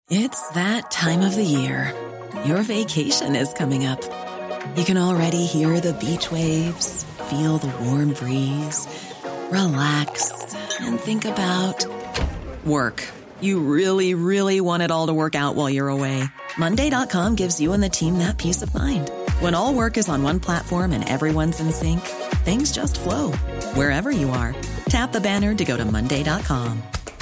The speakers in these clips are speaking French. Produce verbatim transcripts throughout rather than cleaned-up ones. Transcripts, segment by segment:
It's that time of the year. Your vacation is coming up. You can already hear the beach waves, feel the warm breeze, relax, and think about work. You really, really want it all to work out while you're away. Monday dot com gives you and the team that peace of mind. When all work is on one platform and everyone's in sync, things just flow. Wherever you are, tap the banner to go to Monday dot com.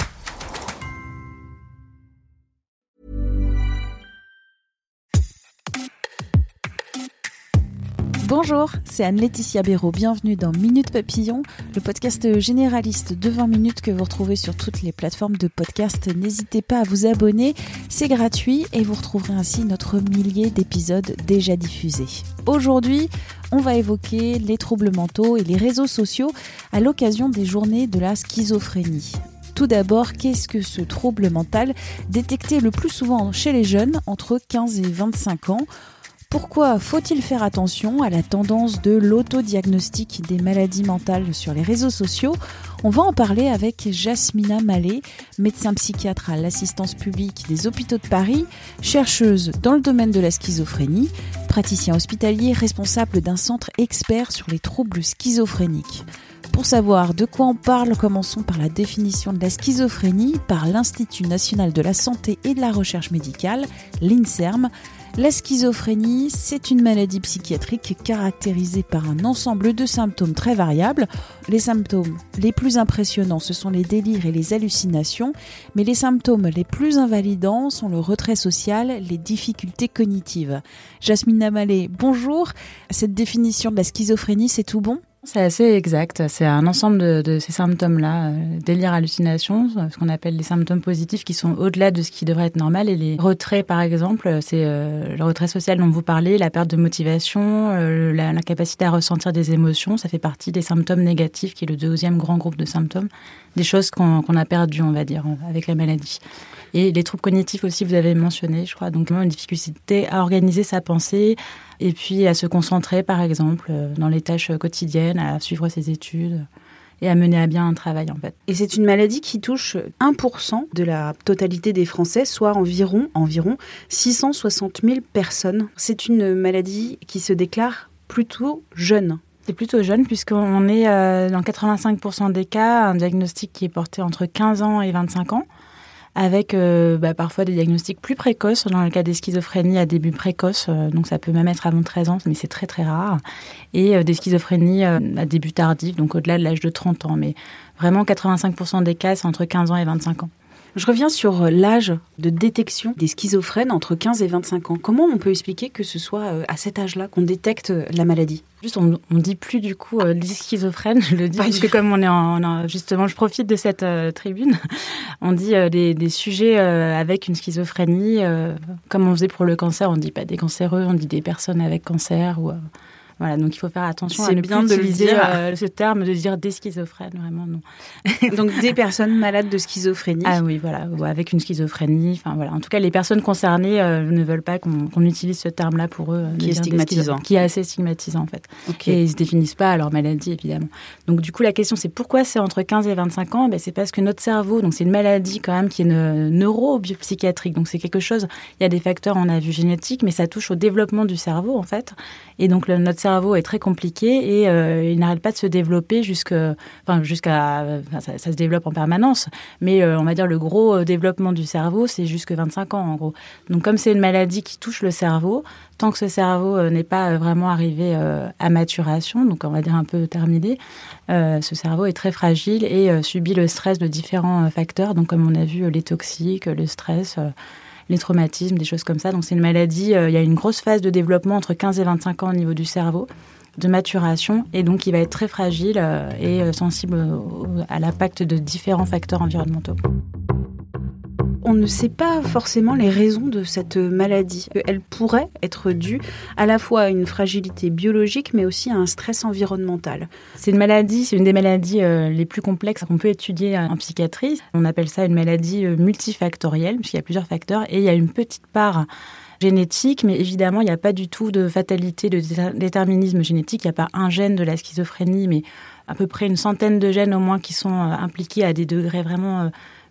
Bonjour, c'est Anne-Laetitia Béraud. Bienvenue dans Minute Papillon, le podcast généraliste de vingt minutes que vous retrouvez sur toutes les plateformes de podcast. N'hésitez pas à vous abonner, c'est gratuit et vous retrouverez ainsi notre millier d'épisodes déjà diffusés. Aujourd'hui, on va évoquer les troubles mentaux et les réseaux sociaux à l'occasion des journées de la schizophrénie. Tout d'abord, qu'est-ce que ce trouble mental détecté le plus souvent chez les jeunes entre quinze et vingt-cinq ans ? Pourquoi faut-il faire attention à la tendance de l'autodiagnostic des maladies mentales sur les réseaux sociaux ? On va en parler avec Jasmina Mallet, médecin psychiatre à l'assistance publique des hôpitaux de Paris, chercheuse dans le domaine de la schizophrénie, praticien hospitalier responsable d'un centre expert sur les troubles schizophréniques. Pour savoir de quoi on parle, commençons par la définition de la schizophrénie par l'Institut national de la santé et de la recherche médicale, l'INSERM. La schizophrénie, c'est une maladie psychiatrique caractérisée par un ensemble de symptômes très variables. Les symptômes les plus impressionnants, ce sont les délires et les hallucinations, mais les symptômes les plus invalidants sont le retrait social, les difficultés cognitives. Jasmina Mallet, bonjour. Cette définition de la schizophrénie, c'est tout bon ? C'est assez exact. C'est un ensemble de, de ces symptômes-là, euh, délire, hallucination, ce qu'on appelle les symptômes positifs qui sont au-delà de ce qui devrait être normal. Et les retraits, par exemple, c'est euh, le retrait social dont vous parlez, la perte de motivation, euh, la, l'incapacité à ressentir des émotions. Ça fait partie des symptômes négatifs, qui est le deuxième grand groupe de symptômes. Des choses qu'on, qu'on a perdues, on va dire, avec la maladie. Et les troubles cognitifs aussi, vous avez mentionné, je crois. Donc, une difficulté à organiser sa pensée et puis à se concentrer, par exemple, dans les tâches quotidiennes, à suivre ses études et à mener à bien un travail, en fait. Et c'est une maladie qui touche un pour cent de la totalité des Français, soit environ, environ six cent soixante mille personnes. C'est une maladie qui se déclare plutôt jeune. C'est plutôt jeune puisqu'on est euh, dans quatre-vingt-cinq pour cent des cas, un diagnostic qui est porté entre quinze ans et vingt-cinq ans. Avec euh, bah, parfois des diagnostics plus précoces, dans le cas des schizophrénies à début précoce, euh, donc ça peut même être avant treize ans, mais c'est très très rare, et euh, des schizophrénies euh, à début tardif, donc au-delà de l'âge de trente ans, mais vraiment quatre-vingt-cinq pour cent des cas, c'est entre quinze ans et vingt-cinq ans. Je reviens sur l'âge de détection des schizophrènes entre quinze et vingt-cinq ans. Comment on peut expliquer que ce soit à cet âge-là qu'on détecte la maladie ? Juste, on ne dit plus du coup euh, des schizophrènes, je le dis, parce que comme on est en, en... Justement, je profite de cette euh, tribune, on dit euh, des, des sujets euh, avec une schizophrénie, euh, comme on faisait pour le cancer, on ne dit pas des cancéreux, on dit des personnes avec cancer ou... Euh... Voilà, donc il faut faire attention c'est à ne bien plus de utiliser dire. Euh, ce terme, de dire des schizophrènes, vraiment non. Donc des personnes malades de schizophrénie. Ah oui, voilà, avec une schizophrénie. Enfin voilà, en tout cas, les personnes concernées euh, ne veulent pas qu'on, qu'on utilise ce terme-là pour eux. Qui est stigmatisant. Qui est assez stigmatisant en fait. Okay. Et ils se définissent pas à leur maladie évidemment. Donc du coup, la question c'est pourquoi c'est entre quinze et vingt-cinq ans ? Ben, c'est parce que notre cerveau, donc c'est une maladie quand même qui est une neuropsychiatrique. Donc c'est quelque chose. Il y a des facteurs, on a vu génétiques, mais ça touche au développement du cerveau en fait. Et donc le, notre cerveau est très compliqué et euh, il n'arrête pas de se développer jusque, enfin, jusqu'à... Enfin, ça, ça se développe en permanence, mais euh, on va dire le gros développement du cerveau, c'est jusque vingt-cinq ans en gros. Donc comme c'est une maladie qui touche le cerveau, tant que ce cerveau euh, n'est pas vraiment arrivé euh, à maturation, donc on va dire un peu terminé, euh, ce cerveau est très fragile et euh, subit le stress de différents euh, facteurs, donc comme on a vu, euh, les toxiques, le stress... Euh, les traumatismes, des choses comme ça. Donc c'est une maladie, euh, il y a une grosse phase de développement entre quinze et vingt-cinq ans au niveau du cerveau, de maturation, et donc il va être très fragile euh, et euh, sensible au, à l'impact de différents facteurs environnementaux. On ne sait pas forcément les raisons de cette maladie. Elle pourrait être due à la fois à une fragilité biologique, mais aussi à un stress environnemental. C'est une maladie, c'est une des maladies euh, les plus complexes qu'on peut étudier en psychiatrie. On appelle ça une maladie euh, multifactorielle, puisqu'il y a plusieurs facteurs, et il y a une petite part génétique, mais évidemment, il n'y a pas du tout de fatalité, de déterminisme génétique. Il n'y a pas un gène de la schizophrénie, mais à peu près une centaine de gènes au moins qui sont euh, impliqués à des degrés vraiment... Euh,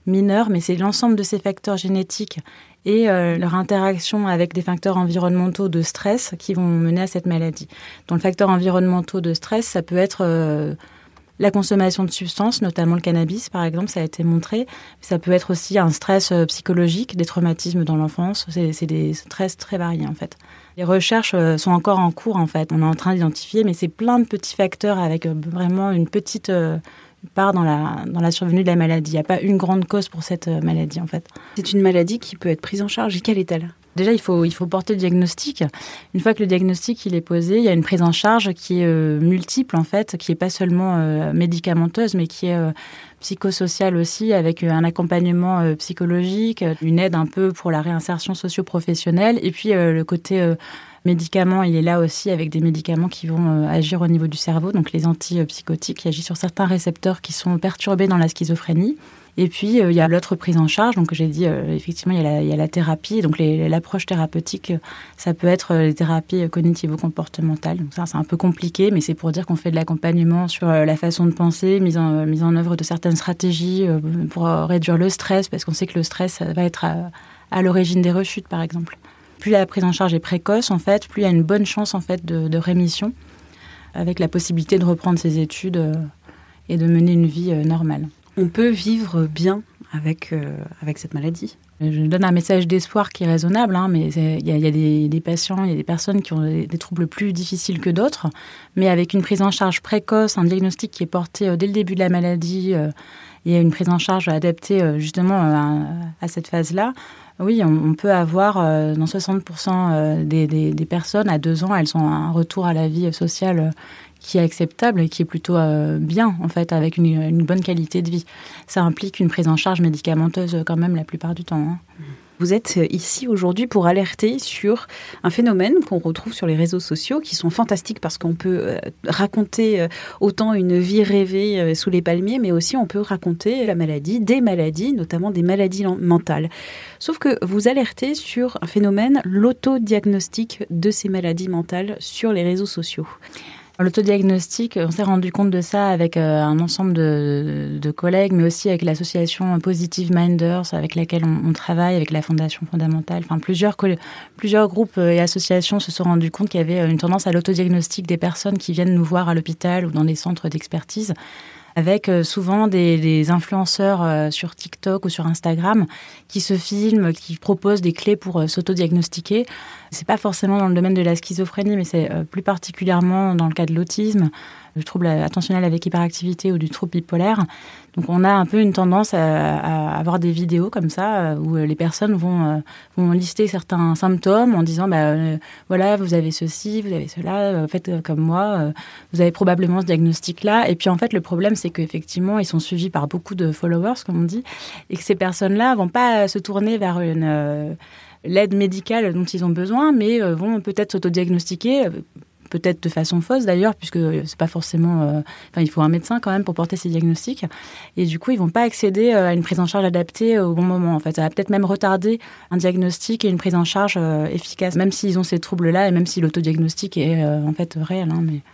mineurs, mais c'est l'ensemble de ces facteurs génétiques et euh, leur interaction avec des facteurs environnementaux de stress qui vont mener à cette maladie. Donc, le facteur environnementaux de stress, ça peut être euh, la consommation de substances, notamment le cannabis, par exemple, ça a été montré. Ça peut être aussi un stress euh, psychologique, des traumatismes dans l'enfance. C'est, c'est des stress très variés, en fait. Les recherches euh, sont encore en cours, en fait. On est en train d'identifier, mais c'est plein de petits facteurs avec euh, vraiment une petite euh, part dans la, dans la survenue de la maladie. Il n'y a pas une grande cause pour cette euh, maladie, en fait. C'est une maladie qui peut être prise en charge. Et quelle est-elle ? Déjà, il faut, il faut porter le diagnostic. Une fois que le diagnostic il est posé, il y a une prise en charge qui est euh, multiple, en fait, qui n'est pas seulement euh, médicamenteuse, mais qui est euh, psychosociale aussi, avec euh, un accompagnement euh, psychologique, une aide un peu pour la réinsertion socio-professionnelle. Et puis, euh, le côté euh, médicaments, il est là aussi avec des médicaments qui vont euh, agir au niveau du cerveau, donc les antipsychotiques qui agissent sur certains récepteurs qui sont perturbés dans la schizophrénie. Et puis, euh, il y a l'autre prise en charge. Donc, j'ai dit, euh, effectivement, il y a la, il y a la thérapie. Donc, les, l'approche thérapeutique, ça peut être euh, les thérapies cognitivo-comportementales. Donc, ça, c'est un peu compliqué, mais c'est pour dire qu'on fait de l'accompagnement sur euh, la façon de penser, mise en, euh, mise en œuvre de certaines stratégies euh, pour euh, réduire le stress, parce qu'on sait que le stress va être à, à l'origine des rechutes, par exemple. Plus la prise en charge est précoce, en fait, plus il y a une bonne chance, en fait, de, de rémission, avec la possibilité de reprendre ses études euh, et de mener une vie euh, normale. On peut vivre bien avec, euh, avec cette maladie. Je donne un message d'espoir qui est raisonnable, hein, mais il y a, y a des, des patients, il y a des personnes qui ont des, des troubles plus difficiles que d'autres, mais avec une prise en charge précoce, un diagnostic qui est porté euh, dès le début de la maladie, euh, et une prise en charge adaptée euh, justement à, à cette phase-là, oui, on, on peut avoir euh, dans soixante pour cent des, des, des personnes à deux ans, elles ont un retour à la vie sociale euh, qui est acceptable et qui est plutôt euh, bien, en fait, avec une, une bonne qualité de vie. Ça implique une prise en charge médicamenteuse quand même la plupart du temps. Hein. Vous êtes ici aujourd'hui pour alerter sur un phénomène qu'on retrouve sur les réseaux sociaux qui sont fantastiques parce qu'on peut raconter autant une vie rêvée sous les palmiers, mais aussi on peut raconter la maladie, des maladies, notamment des maladies mentales. Sauf que vous alertez sur un phénomène, l'autodiagnostic de ces maladies mentales sur les réseaux sociaux. L'autodiagnostic, on s'est rendu compte de ça avec euh, un ensemble de, de collègues, mais aussi avec l'association Positive Minders, avec laquelle on, on travaille, avec la Fondation Fondamentale. Enfin, plusieurs, plusieurs groupes et associations se sont rendus compte qu'il y avait une tendance à l'autodiagnostic des personnes qui viennent nous voir à l'hôpital ou dans des centres d'expertise, avec souvent des, des influenceurs euh, sur TikTok ou sur Instagram qui se filment, qui proposent des clés pour euh, s'autodiagnostiquer. C'est pas forcément dans le domaine de la schizophrénie, mais c'est euh, plus particulièrement dans le cas de l'autisme, du trouble attentionnel avec hyperactivité ou du trouble bipolaire. Donc on a un peu une tendance à, à avoir des vidéos comme ça où les personnes vont, vont lister certains symptômes en disant bah, euh, voilà, vous avez ceci, vous avez cela, euh, faites comme moi, euh, vous avez probablement ce diagnostic-là. Et puis en fait, le problème, c'est qu'effectivement, ils sont suivis par beaucoup de followers, comme on dit, et que ces personnes-là vont pas se tourner vers une... Euh, l'aide médicale dont ils ont besoin, mais euh, vont peut-être s'autodiagnostiquer, euh, peut-être de façon fausse d'ailleurs, puisque c'est pas forcément... Euh, enfin, il faut un médecin quand même pour porter ces diagnostics. Et du coup, ils vont pas accéder euh, à une prise en charge adaptée euh, au bon moment. En fait, ça va peut-être même retarder un diagnostic et une prise en charge euh, efficace, même s'ils ont ces troubles-là et même si l'autodiagnostic est euh, en fait réel. Hein, mais...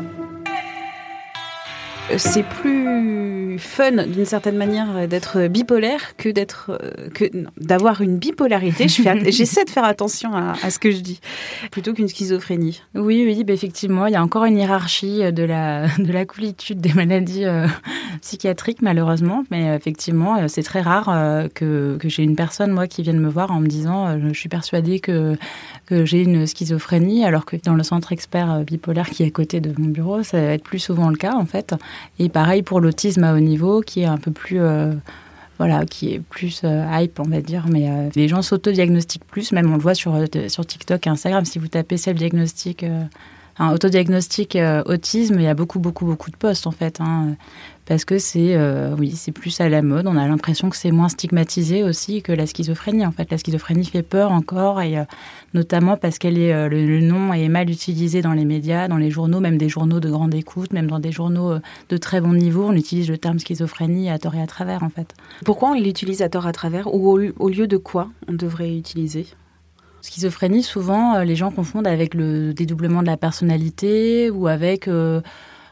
C'est plus fun d'une certaine manière d'être bipolaire que d'être que d'avoir une bipolarité. Je fais, j'essaie de faire attention à, à ce que je dis plutôt qu'une schizophrénie. Oui, oui, bah effectivement, il y a encore une hiérarchie de la de la coolitude des maladies euh, psychiatriques malheureusement, mais effectivement, c'est très rare euh, que que j'ai une personne moi qui vienne me voir en me disant euh, je suis persuadée que que j'ai une schizophrénie, alors que dans le centre expert bipolaire qui est à côté de mon bureau, ça va être plus souvent le cas en fait. Et pareil pour l'autisme à haut niveau, qui est un peu plus, euh, voilà, qui est plus euh, hype, on va dire. Mais euh, les gens s'autodiagnostiquent plus, même on le voit sur, sur TikTok et Instagram. Si vous tapez self-diagnostic, euh, un autodiagnostic euh, autisme, il y a beaucoup, beaucoup, beaucoup de posts en fait. Hein, parce que c'est, euh, oui, c'est plus à la mode. On a l'impression que c'est moins stigmatisé aussi que la schizophrénie. En fait, la schizophrénie fait peur encore, et euh, notamment parce qu'elle est, euh, le, le nom est mal utilisé dans les médias, dans les journaux, même des journaux de grande écoute, même dans des journaux euh, de très bon niveau. On utilise le terme schizophrénie à tort et à travers, en fait. Pourquoi on l'utilise à tort et à travers, ou au, au lieu de quoi on devrait utiliser ? Schizophrénie, souvent, euh, les gens confondent avec le dédoublement de la personnalité ou avec... Euh,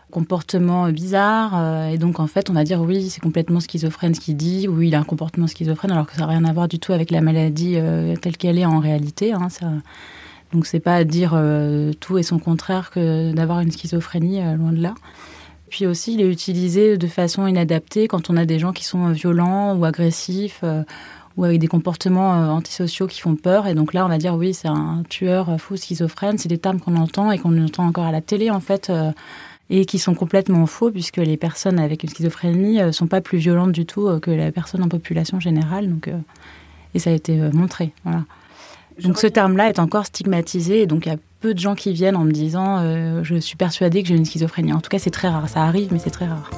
comportement bizarre. Euh, et donc, en fait, on va dire, oui, c'est complètement schizophrène ce qu'il dit, oui, il a un comportement schizophrène, alors que ça n'a rien à voir du tout avec la maladie euh, telle qu'elle est en réalité. Hein, ça... Donc, c'est pas dire euh, tout et son contraire que d'avoir une schizophrénie, euh, loin de là. Puis aussi, il est utilisé de façon inadaptée quand on a des gens qui sont violents ou agressifs, euh, ou avec des comportements euh, antisociaux qui font peur. Et donc là, on va dire, oui, c'est un tueur euh, fou schizophrène. C'est des termes qu'on entend et qu'on entend encore à la télé, en fait, euh, et qui sont complètement faux, puisque les personnes avec une schizophrénie ne euh, sont pas plus violentes du tout euh, que la personne en population générale. Donc, euh, et ça a été euh, montré, voilà. Donc ce terme-là est encore stigmatisé, et donc il y a peu de gens qui viennent en me disant euh, « je suis persuadée que j'ai une schizophrénie ». En tout cas, c'est très rare. Ça arrive, mais c'est très rare.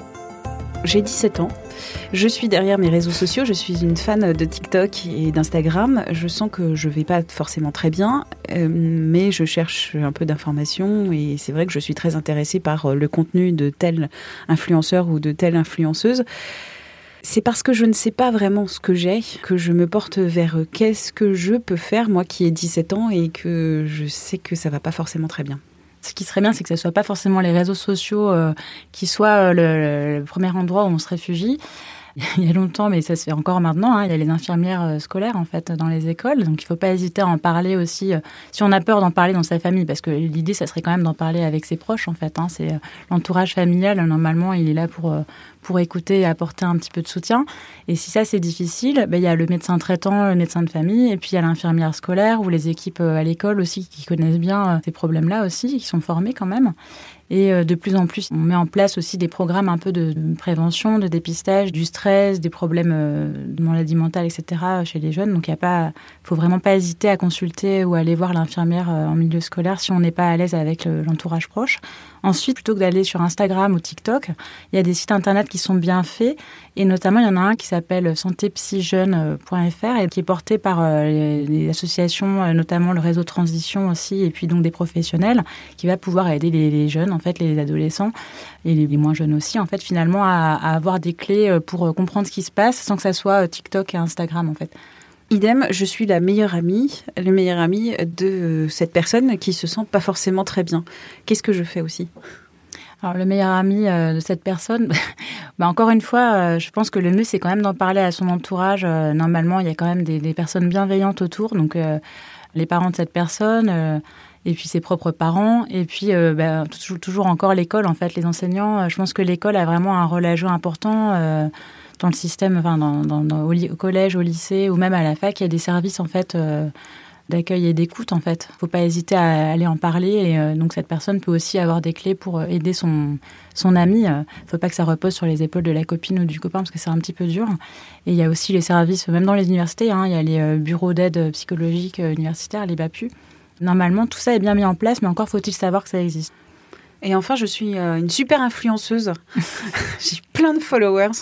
J'ai dix-sept ans. Je suis derrière mes réseaux sociaux. Je suis une fan de TikTok et d'Instagram. Je sens que je vais pas forcément très bien, euh, mais je cherche un peu d'informations. Et c'est vrai que je suis très intéressée par le contenu de tel influenceur ou de telle influenceuse. C'est parce que je ne sais pas vraiment ce que j'ai que je me porte vers qu'est-ce que je peux faire, moi qui ai dix-sept ans, et que je sais que ça va pas forcément très bien. Ce qui serait bien, c'est que ce ne soit pas forcément les réseaux sociaux euh, qui soient le, le premier endroit où on se réfugie. Il y a longtemps, mais ça se fait encore maintenant, hein, il y a les infirmières scolaires en fait dans les écoles, donc il ne faut pas hésiter à en parler aussi. Euh, si on a peur d'en parler dans sa famille, parce que l'idée, ça serait quand même d'en parler avec ses proches en fait. Hein, c'est euh, l'entourage familial, normalement, il est là pour euh, pour écouter et apporter un petit peu de soutien. Et si ça c'est difficile, ben, il y a le médecin traitant, le médecin de famille, et puis il y a l'infirmière scolaire ou les équipes à l'école aussi qui connaissent bien euh, ces problèmes-là aussi, qui sont formés quand même. Et de plus en plus, on met en place aussi des programmes un peu de prévention, de dépistage, du stress, des problèmes de maladie mentale, et cetera chez les jeunes. Donc, il y a pas, faut vraiment pas hésiter à consulter ou aller voir l'infirmière en milieu scolaire si on n'est pas à l'aise avec l'entourage proche. Ensuite, plutôt que d'aller sur Instagram ou TikTok, il y a des sites internet qui sont bien faits. Et notamment, il y en a un qui s'appelle santé psy jeune point f r et qui est porté par les, les associations, notamment le réseau Transition aussi, et puis donc des professionnels, qui va pouvoir aider les, les jeunes, en fait, les adolescents, et les, les moins jeunes aussi, en fait, finalement, à, à avoir des clés pour comprendre ce qui se passe sans que ça soit TikTok et Instagram, en fait. Idem, je suis la meilleure amie, le meilleur ami de cette personne qui se sent pas forcément très bien. Qu'est-ce que je fais aussi ? Alors, le meilleur ami euh, de cette personne, bah, encore une fois, euh, je pense que le mieux, c'est quand même d'en parler à son entourage. Euh, normalement, il y a quand même des, des personnes bienveillantes autour, donc euh, les parents de cette personne, euh, et puis ses propres parents, et puis euh, bah, toujours, toujours encore l'école, en fait, les enseignants. Euh, je pense que l'école a vraiment un rôle à jouer important euh, dans le système, enfin, dans, dans, dans, au, li- au collège, au lycée, ou même à la fac. Il y a des services, en fait, euh, d'accueil et d'écoute, en fait. Il ne faut pas hésiter à aller en parler. Et euh, donc, cette personne peut aussi avoir des clés pour aider son, son ami. Il ne faut pas que ça repose sur les épaules de la copine ou du copain, parce que c'est un petit peu dur. Et il y a aussi les services, même dans les universités, hein, il y a les euh, bureaux d'aide psychologique euh, universitaires, les B A P U. Normalement, tout ça est bien mis en place, mais encore faut-il savoir que ça existe. Et enfin, je suis euh, une super influenceuse. J'ai plein de followers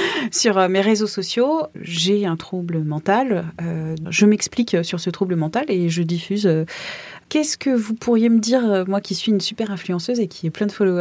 sur euh, mes réseaux sociaux. J'ai un trouble mental. Euh, je m'explique sur ce trouble mental et je diffuse. Euh, Qu'est-ce que vous pourriez me dire, euh, moi qui suis une super influenceuse et qui ai plein de followers ?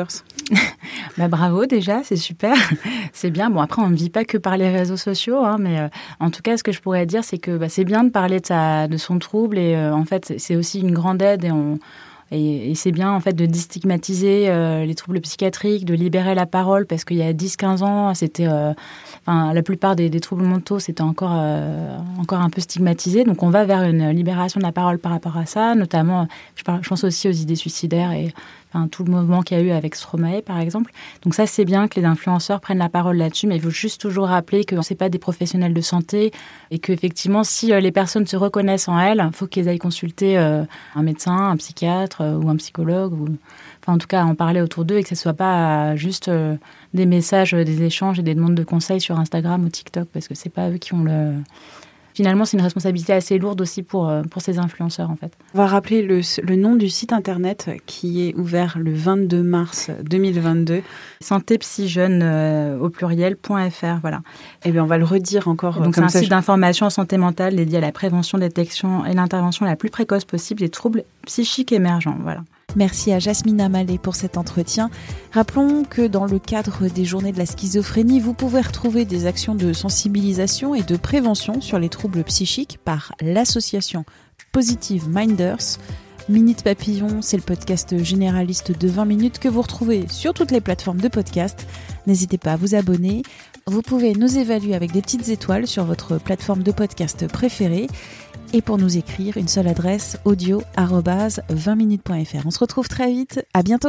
Bah bravo déjà, c'est super, c'est bien. Bon, après on ne vit pas que par les réseaux sociaux, hein, mais euh, en tout cas ce que je pourrais dire c'est que bah, c'est bien de parler de, sa, de son trouble et euh, en fait c'est aussi une grande aide et on... Et, et c'est bien, en fait, de déstigmatiser euh, les troubles psychiatriques, de libérer la parole, parce qu'il y a dix quinze ans, c'était... Euh, enfin, la plupart des, des troubles mentaux, c'était encore, euh, encore un peu stigmatisé. Donc, on va vers une libération de la parole par rapport à ça, notamment, je, parle, je pense aussi aux idées suicidaires et enfin, tout le mouvement qu'il y a eu avec Stromae, par exemple. Donc ça, c'est bien que les influenceurs prennent la parole là-dessus, mais il faut juste toujours rappeler que ce n'est pas des professionnels de santé et qu'effectivement, si euh, les personnes se reconnaissent en elles, il faut qu'ils aillent consulter euh, un médecin, un psychiatre euh, ou un psychologue, ou... enfin en tout cas en parler autour d'eux et que ce ne soit pas euh, juste euh, des messages, euh, des échanges et des demandes de conseils sur Instagram ou TikTok, parce que ce n'est pas eux qui ont le... Finalement, c'est une responsabilité assez lourde aussi pour, pour ces influenceurs, en fait. On va rappeler le, le nom du site internet qui est ouvert le vingt-deux mars deux mille vingt-deux. santé psy jeune euh, au pluriel point f r, voilà. Et bien, on va le redire encore. Donc, comme c'est un ça, site je... d'information en santé mentale dédié à la prévention, détection et l'intervention la plus précoce possible des troubles psychiques émergents, voilà. Merci à Jasmine Amalé pour cet entretien. Rappelons que dans le cadre des journées de la schizophrénie, vous pouvez retrouver des actions de sensibilisation et de prévention sur les troubles psychiques par l'association Positive Minders. Minute Papillon, c'est le podcast généraliste de vingt minutes que vous retrouvez sur toutes les plateformes de podcast. N'hésitez pas à vous abonner. Vous pouvez nous évaluer avec des petites étoiles sur votre plateforme de podcast préférée. Et pour nous écrire, une seule adresse, audio arobase vingt minutes point f r. On se retrouve très vite. À bientôt.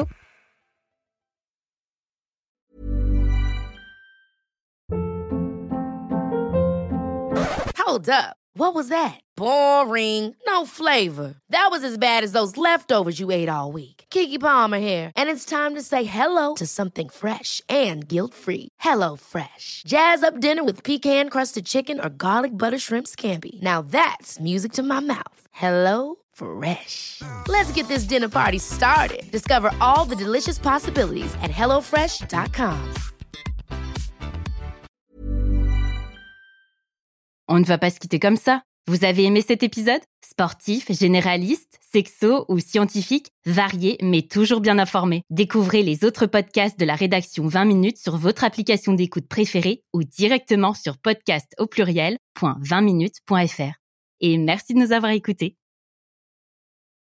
Hold up. What was that? Boring. No flavor. That was as bad as those leftovers you ate all week. Keke Palmer here, and it's time to say hello to something fresh and guilt-free. Hello Fresh. Jazz up dinner with pecan-crusted chicken or garlic butter shrimp scampi. Now that's music to my mouth. Hello Fresh. Let's get this dinner party started. Discover all the delicious possibilities at hello fresh dot com. On ne va pas se quitter comme ça. Vous avez aimé cet épisode ? Sportif, généraliste, sexo ou scientifique, varié mais toujours bien informé. Découvrez les autres podcasts de la rédaction vingt minutes sur votre application d'écoute préférée ou directement sur podcast au pluriel point vingt minutes point f r. Et merci de nous avoir écoutés.